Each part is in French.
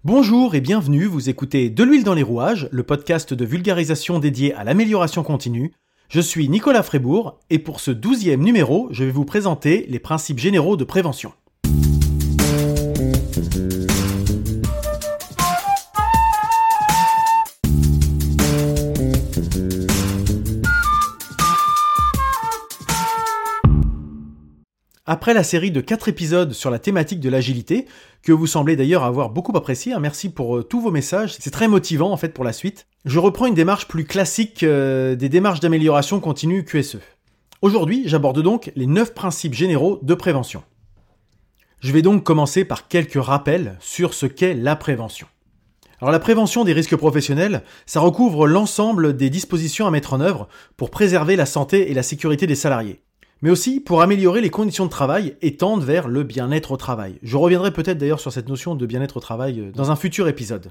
Bonjour et bienvenue, vous écoutez De l'huile dans les rouages, le podcast de vulgarisation dédié à l'amélioration continue. Je suis Nicolas Frébourg et pour ce 12e numéro, je vais vous présenter les principes généraux de prévention. Après la série de 4 épisodes sur la thématique de l'agilité, que vous semblez d'ailleurs avoir beaucoup apprécié, merci pour tous vos messages, c'est très motivant en fait pour la suite, je reprends une démarche plus classique des démarches d'amélioration continue QSE. Aujourd'hui, j'aborde donc les 9 principes généraux de prévention. Je vais donc commencer par quelques rappels sur ce qu'est la prévention. Alors la prévention des risques professionnels, ça recouvre l'ensemble des dispositions à mettre en œuvre pour préserver la santé et la sécurité des salariés, mais aussi pour améliorer les conditions de travail et tendre vers le bien-être au travail. Je reviendrai peut-être d'ailleurs sur cette notion de bien-être au travail dans un futur épisode.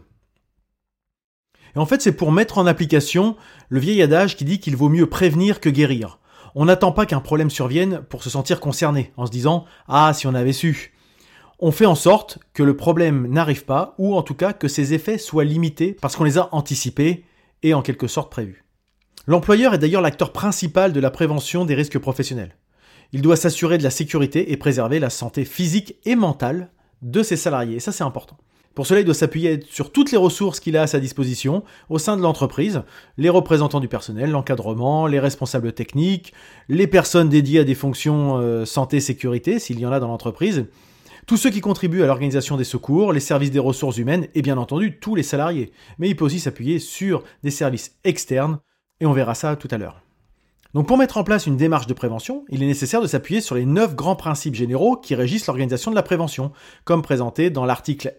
Et en fait, c'est pour mettre en application le vieil adage qui dit qu'il vaut mieux prévenir que guérir. On n'attend pas qu'un problème survienne pour se sentir concerné, en se disant « Ah, si on avait su !» On fait en sorte que le problème n'arrive pas, ou en tout cas que ses effets soient limités parce qu'on les a anticipés et en quelque sorte prévus. L'employeur est d'ailleurs l'acteur principal de la prévention des risques professionnels. Il doit s'assurer de la sécurité et préserver la santé physique et mentale de ses salariés. Et ça, c'est important. Pour cela, il doit s'appuyer sur toutes les ressources qu'il a à sa disposition au sein de l'entreprise, les représentants du personnel, l'encadrement, les responsables techniques, les personnes dédiées à des fonctions santé-sécurité, s'il y en a dans l'entreprise, tous ceux qui contribuent à l'organisation des secours, les services des ressources humaines et bien entendu tous les salariés. Mais il peut aussi s'appuyer sur des services externes, et on verra ça tout à l'heure. Donc pour mettre en place une démarche de prévention, il est nécessaire de s'appuyer sur les 9 grands principes généraux qui régissent l'organisation de la prévention, comme présenté dans l'article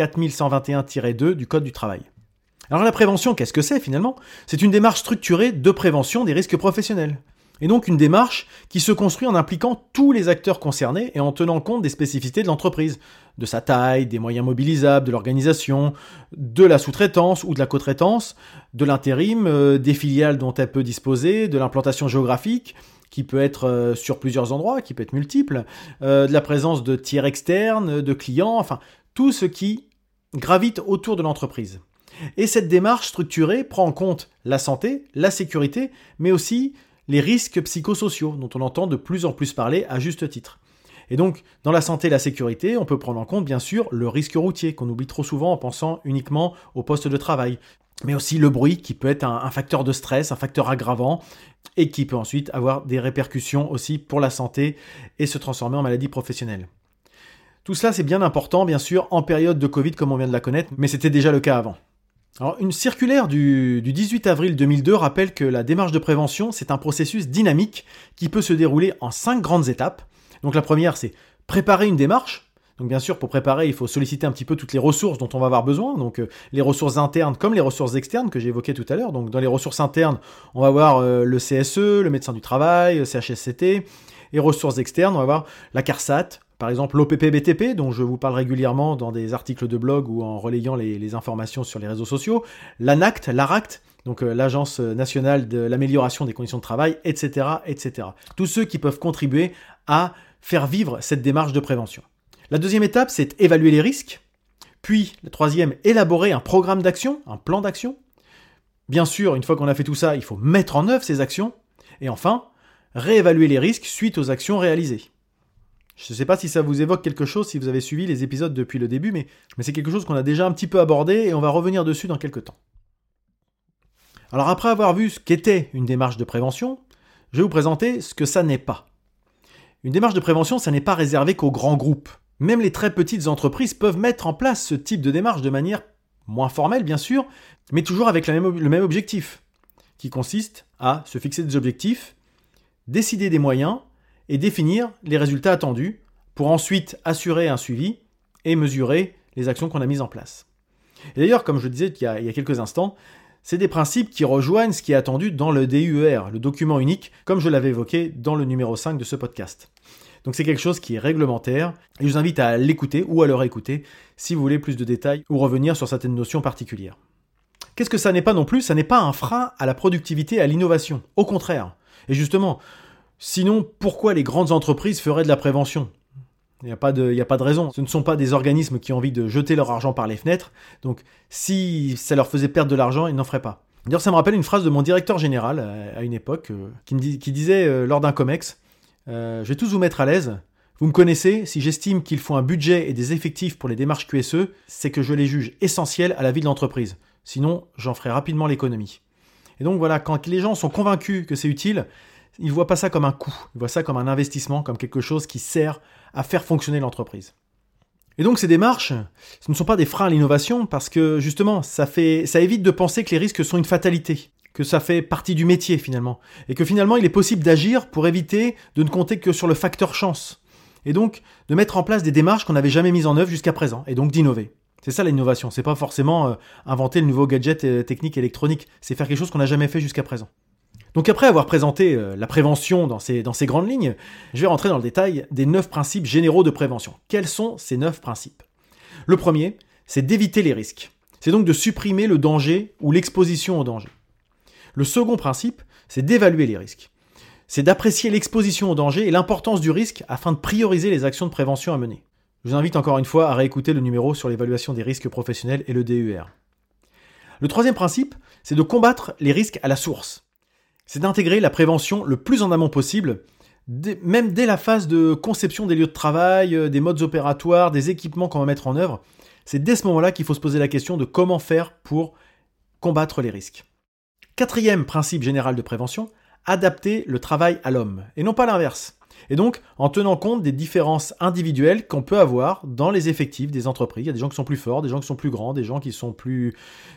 L4121-2 du Code du travail. Alors la prévention, qu'est-ce que c'est finalement ? C'est une démarche structurée de prévention des risques professionnels. Et donc une démarche qui se construit en impliquant tous les acteurs concernés et en tenant compte des spécificités de l'entreprise, de sa taille, des moyens mobilisables, de l'organisation, de la sous-traitance ou de la co-traitance, de l'intérim, des filiales dont elle peut disposer, de l'implantation géographique, qui peut être sur plusieurs endroits, qui peut être multiple, de la présence de tiers externes, de clients, enfin tout ce qui gravite autour de l'entreprise. Et cette démarche structurée prend en compte la santé, la sécurité, mais aussi les risques psychosociaux dont on entend de plus en plus parler à juste titre. Et donc, dans la santé et la sécurité, on peut prendre en compte bien sûr le risque routier qu'on oublie trop souvent en pensant uniquement au poste de travail, mais aussi le bruit qui peut être un facteur de stress, un facteur aggravant et qui peut ensuite avoir des répercussions aussi pour la santé et se transformer en maladie professionnelle. Tout cela c'est bien important bien sûr en période de Covid comme on vient de la connaître, mais c'était déjà le cas avant. Alors, une circulaire du 18 avril 2002 rappelle que la démarche de prévention, c'est un processus dynamique qui peut se dérouler en 5 grandes étapes. Donc la première, c'est préparer une démarche. Donc bien sûr, pour préparer, il faut solliciter un petit peu toutes les ressources dont on va avoir besoin. Donc les ressources internes comme les ressources externes que j'ai évoquées tout à l'heure. Donc dans les ressources internes, on va avoir le CSE, le médecin du travail, le CHSCT. Et ressources externes, on va avoir la CARSAT, par exemple l'OPP-BTP, dont je vous parle régulièrement dans des articles de blog ou en relayant les informations sur les réseaux sociaux, l'ANACT, l'ARACT, donc l'Agence nationale de l'amélioration des conditions de travail, etc., etc. Tous ceux qui peuvent contribuer à faire vivre cette démarche de prévention. La deuxième étape, c'est évaluer les risques. Puis, la troisième, élaborer un programme d'action, un plan d'action. Bien sûr, une fois qu'on a fait tout ça, il faut mettre en œuvre ces actions. Et enfin, réévaluer les risques suite aux actions réalisées. Je ne sais pas si ça vous évoque quelque chose, si vous avez suivi les épisodes depuis le début, mais c'est quelque chose qu'on a déjà un petit peu abordé et on va revenir dessus dans quelques temps. Alors après avoir vu ce qu'était une démarche de prévention, je vais vous présenter ce que ça n'est pas. Une démarche de prévention, ça n'est pas réservé qu'aux grands groupes. Même les très petites entreprises peuvent mettre en place ce type de démarche de manière moins formelle, bien sûr, mais toujours avec le même objectif, qui consiste à se fixer des objectifs, décider des moyens et définir les résultats attendus pour ensuite assurer un suivi et mesurer les actions qu'on a mises en place. Et d'ailleurs, comme je le disais il y a quelques instants, c'est des principes qui rejoignent ce qui est attendu dans le DUER, le document unique, comme je l'avais évoqué dans le numéro 5 de ce podcast. Donc c'est quelque chose qui est réglementaire et je vous invite à l'écouter ou à le réécouter si vous voulez plus de détails ou revenir sur certaines notions particulières. Qu'est-ce que ça n'est pas non plus ? Ça n'est pas un frein à la productivité et à l'innovation. Au contraire. Et justement, sinon, pourquoi les grandes entreprises feraient de la prévention ? Il n'y a pas de raison. Ce ne sont pas des organismes qui ont envie de jeter leur argent par les fenêtres. Donc, si ça leur faisait perdre de l'argent, ils n'en feraient pas. D'ailleurs, ça me rappelle une phrase de mon directeur général à une époque qui disait lors d'un COMEX « Je vais tous vous mettre à l'aise. Vous me connaissez, si j'estime qu'il faut un budget et des effectifs pour les démarches QSE, c'est que je les juge essentiels à la vie de l'entreprise. Sinon, j'en ferai rapidement l'économie. » Et donc voilà, quand les gens sont convaincus que c'est utile, ils ne voient pas ça comme un coût, ils voient ça comme un investissement, comme quelque chose qui sert à faire fonctionner l'entreprise. Et donc ces démarches, ce ne sont pas des freins à l'innovation parce que justement, ça évite de penser que les risques sont une fatalité, que ça fait partie du métier finalement, et que finalement il est possible d'agir pour éviter de ne compter que sur le facteur chance, et donc de mettre en place des démarches qu'on n'avait jamais mises en œuvre jusqu'à présent, et donc d'innover. C'est ça l'innovation, c'est pas forcément inventer le nouveau gadget technique électronique, c'est faire quelque chose qu'on n'a jamais fait jusqu'à présent. Donc après avoir présenté la prévention dans ses grandes lignes, je vais rentrer dans le détail des 9 principes généraux de prévention. Quels sont ces 9 principes ? Le premier, c'est d'éviter les risques. C'est donc de supprimer le danger ou l'exposition au danger. Le second principe, c'est d'évaluer les risques. C'est d'apprécier l'exposition au danger et l'importance du risque afin de prioriser les actions de prévention à mener. Je vous invite encore une fois à réécouter le numéro sur l'évaluation des risques professionnels et le DUR. Le troisième principe, c'est de combattre les risques à la source. C'est d'intégrer la prévention le plus en amont possible, même dès la phase de conception des lieux de travail, des modes opératoires, des équipements qu'on va mettre en œuvre. C'est dès ce moment-là qu'il faut se poser la question de comment faire pour combattre les risques. Quatrième principe général de prévention, adapter le travail à l'homme, et non pas l'inverse. Et donc, en tenant compte des différences individuelles qu'on peut avoir dans les effectifs des entreprises. Il y a des gens qui sont plus forts, des gens qui sont plus grands, des gens qui sont plus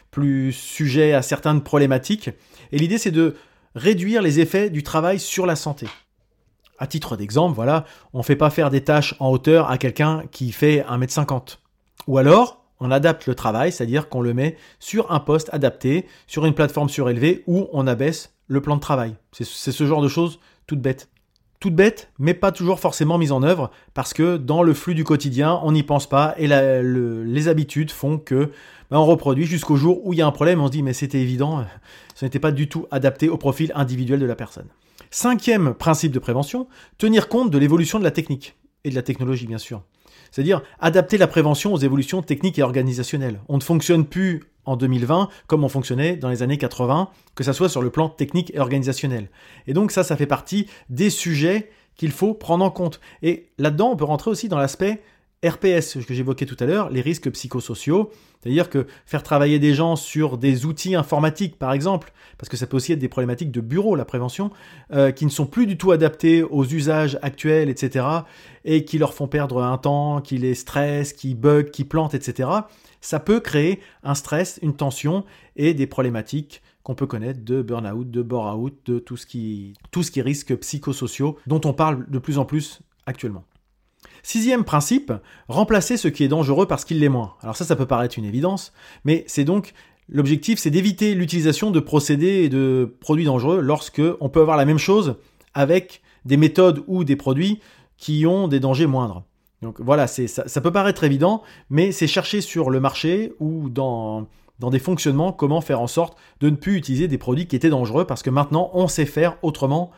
sujets à certaines problématiques. Et l'idée, c'est de réduire les effets du travail sur la santé. À titre d'exemple, voilà, on ne fait pas faire des tâches en hauteur à quelqu'un qui fait 1m50. Ou alors, on adapte le travail, c'est-à-dire qu'on le met sur un poste adapté, sur une plateforme surélevée, où on abaisse le plan de travail. C'est ce genre de choses toutes bêtes. Toutes bêtes, mais pas toujours forcément mises en œuvre, parce que dans le flux du quotidien, on n'y pense pas, et les habitudes font que on reproduit jusqu'au jour où il y a un problème, on se dit mais c'était évident, ça n'était pas du tout adapté au profil individuel de la personne. Cinquième principe de prévention, tenir compte de l'évolution de la technique, et de la technologie bien sûr. C'est-à-dire adapter la prévention aux évolutions techniques et organisationnelles. On ne fonctionne plus en 2020 comme on fonctionnait dans les années 80, que ça soit sur le plan technique et organisationnel. Et donc ça fait partie des sujets qu'il faut prendre en compte. Et là-dedans, on peut rentrer aussi dans l'aspect RPS, que j'évoquais tout à l'heure, les risques psychosociaux, c'est-à-dire que faire travailler des gens sur des outils informatiques, par exemple, parce que ça peut aussi être des problématiques de bureau, la prévention, qui ne sont plus du tout adaptés aux usages actuels, etc., et qui leur font perdre un temps, qui les stressent, qui bug, qui plantent, etc., ça peut créer un stress, une tension et des problématiques qu'on peut connaître de burn-out, de bore-out, de tout ce qui risque psychosociaux, dont on parle de plus en plus actuellement. Sixième principe, remplacer ce qui est dangereux par ce qui l'est moins. Alors ça peut paraître une évidence, mais l'objectif, c'est d'éviter l'utilisation de procédés et de produits dangereux lorsque on peut avoir la même chose avec des méthodes ou des produits qui ont des dangers moindres. Donc voilà, ça peut paraître évident, mais c'est chercher sur le marché ou dans des fonctionnements comment faire en sorte de ne plus utiliser des produits qui étaient dangereux parce que maintenant on sait faire autrement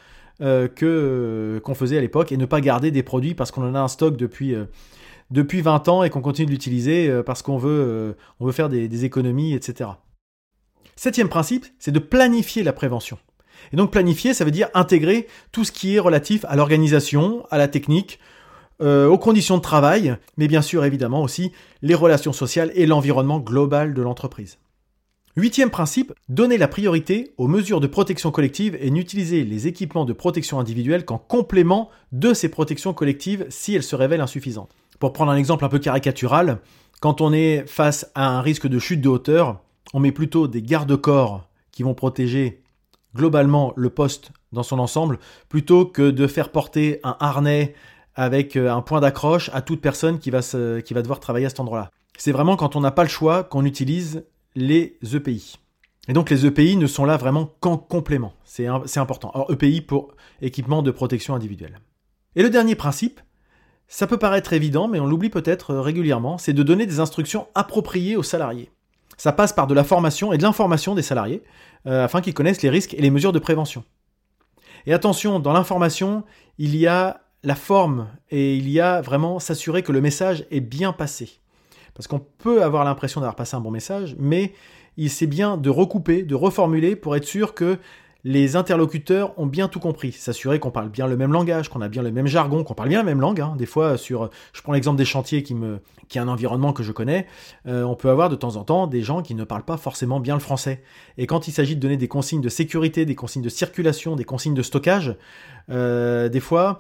qu'on faisait à l'époque et ne pas garder des produits parce qu'on en a un stock depuis 20 ans et qu'on continue de l'utiliser parce qu'on veut faire des économies, etc. Septième principe, c'est de planifier la prévention. Et donc planifier, ça veut dire intégrer tout ce qui est relatif à l'organisation, à la technique, aux conditions de travail, mais bien sûr évidemment aussi les relations sociales et l'environnement global de l'entreprise. Huitième principe, donner la priorité aux mesures de protection collective et n'utiliser les équipements de protection individuelle qu'en complément de ces protections collectives si elles se révèlent insuffisantes. Pour prendre un exemple un peu caricatural, quand on est face à un risque de chute de hauteur, on met plutôt des garde-corps qui vont protéger globalement le poste dans son ensemble, plutôt que de faire porter un harnais avec un point d'accroche à toute personne qui va devoir travailler à cet endroit-là. C'est vraiment quand on n'a pas le choix qu'on utilise les EPI. Et donc les EPI ne sont là vraiment qu'en complément. C'est important. Alors EPI pour équipement de protection individuelle. Et le dernier principe, ça peut paraître évident, mais on l'oublie peut-être régulièrement, c'est de donner des instructions appropriées aux salariés. Ça passe par de la formation et de l'information des salariés, afin qu'ils connaissent les risques et les mesures de prévention. Et attention, dans l'information, il y a la forme et il y a vraiment s'assurer que le message est bien passé. Parce qu'on peut avoir l'impression d'avoir passé un bon message, mais c'est bien de recouper, de reformuler pour être sûr que les interlocuteurs ont bien tout compris. S'assurer qu'on parle bien le même langage, qu'on a bien le même jargon, qu'on parle bien la même langue. Des fois, je prends l'exemple des chantiers qui est un environnement que je connais, on peut avoir de temps en temps des gens qui ne parlent pas forcément bien le français. Et quand il s'agit de donner des consignes de sécurité, des consignes de circulation, des consignes de stockage, des fois,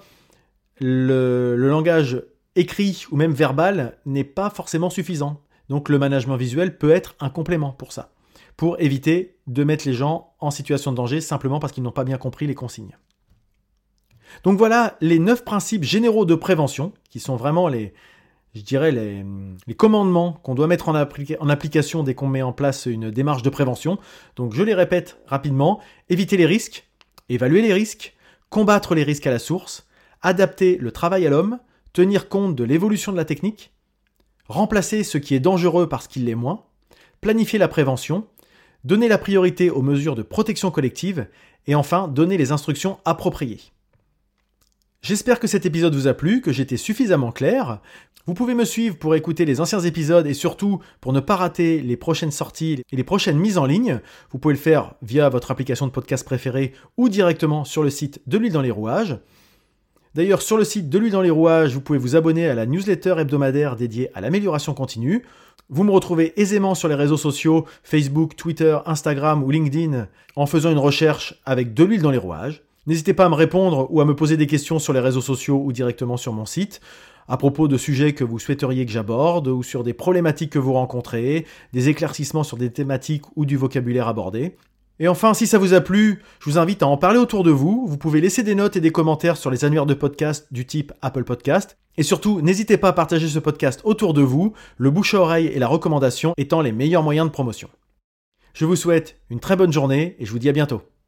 le langage écrit ou même verbal n'est pas forcément suffisant. Donc le management visuel peut être un complément pour ça, pour éviter de mettre les gens en situation de danger simplement parce qu'ils n'ont pas bien compris les consignes. Donc voilà les 9 principes généraux de prévention, qui sont vraiment les commandements qu'on doit mettre en application dès qu'on met en place une démarche de prévention. Donc je les répète rapidement: éviter les risques, évaluer les risques, combattre les risques à la source, adapter le travail à l'homme, tenir compte de l'évolution de la technique, remplacer ce qui est dangereux par ce qui l'est moins, planifier la prévention, donner la priorité aux mesures de protection collective et enfin donner les instructions appropriées. J'espère que cet épisode vous a plu, que j'étais suffisamment clair. Vous pouvez me suivre pour écouter les anciens épisodes et surtout pour ne pas rater les prochaines sorties et les prochaines mises en ligne. Vous pouvez le faire via votre application de podcast préférée ou directement sur le site de l'huile dans les rouages. D'ailleurs, sur le site de l'huile dans les rouages, vous pouvez vous abonner à la newsletter hebdomadaire dédiée à l'amélioration continue. Vous me retrouvez aisément sur les réseaux sociaux, Facebook, Twitter, Instagram ou LinkedIn, en faisant une recherche avec de l'huile dans les rouages. N'hésitez pas à me répondre ou à me poser des questions sur les réseaux sociaux ou directement sur mon site, à propos de sujets que vous souhaiteriez que j'aborde ou sur des problématiques que vous rencontrez, des éclaircissements sur des thématiques ou du vocabulaire abordé. Et enfin, si ça vous a plu, je vous invite à en parler autour de vous. Vous pouvez laisser des notes et des commentaires sur les annuaires de podcast du type Apple Podcast. Et surtout, n'hésitez pas à partager ce podcast autour de vous, le bouche à oreille et la recommandation étant les meilleurs moyens de promotion. Je vous souhaite une très bonne journée et je vous dis à bientôt.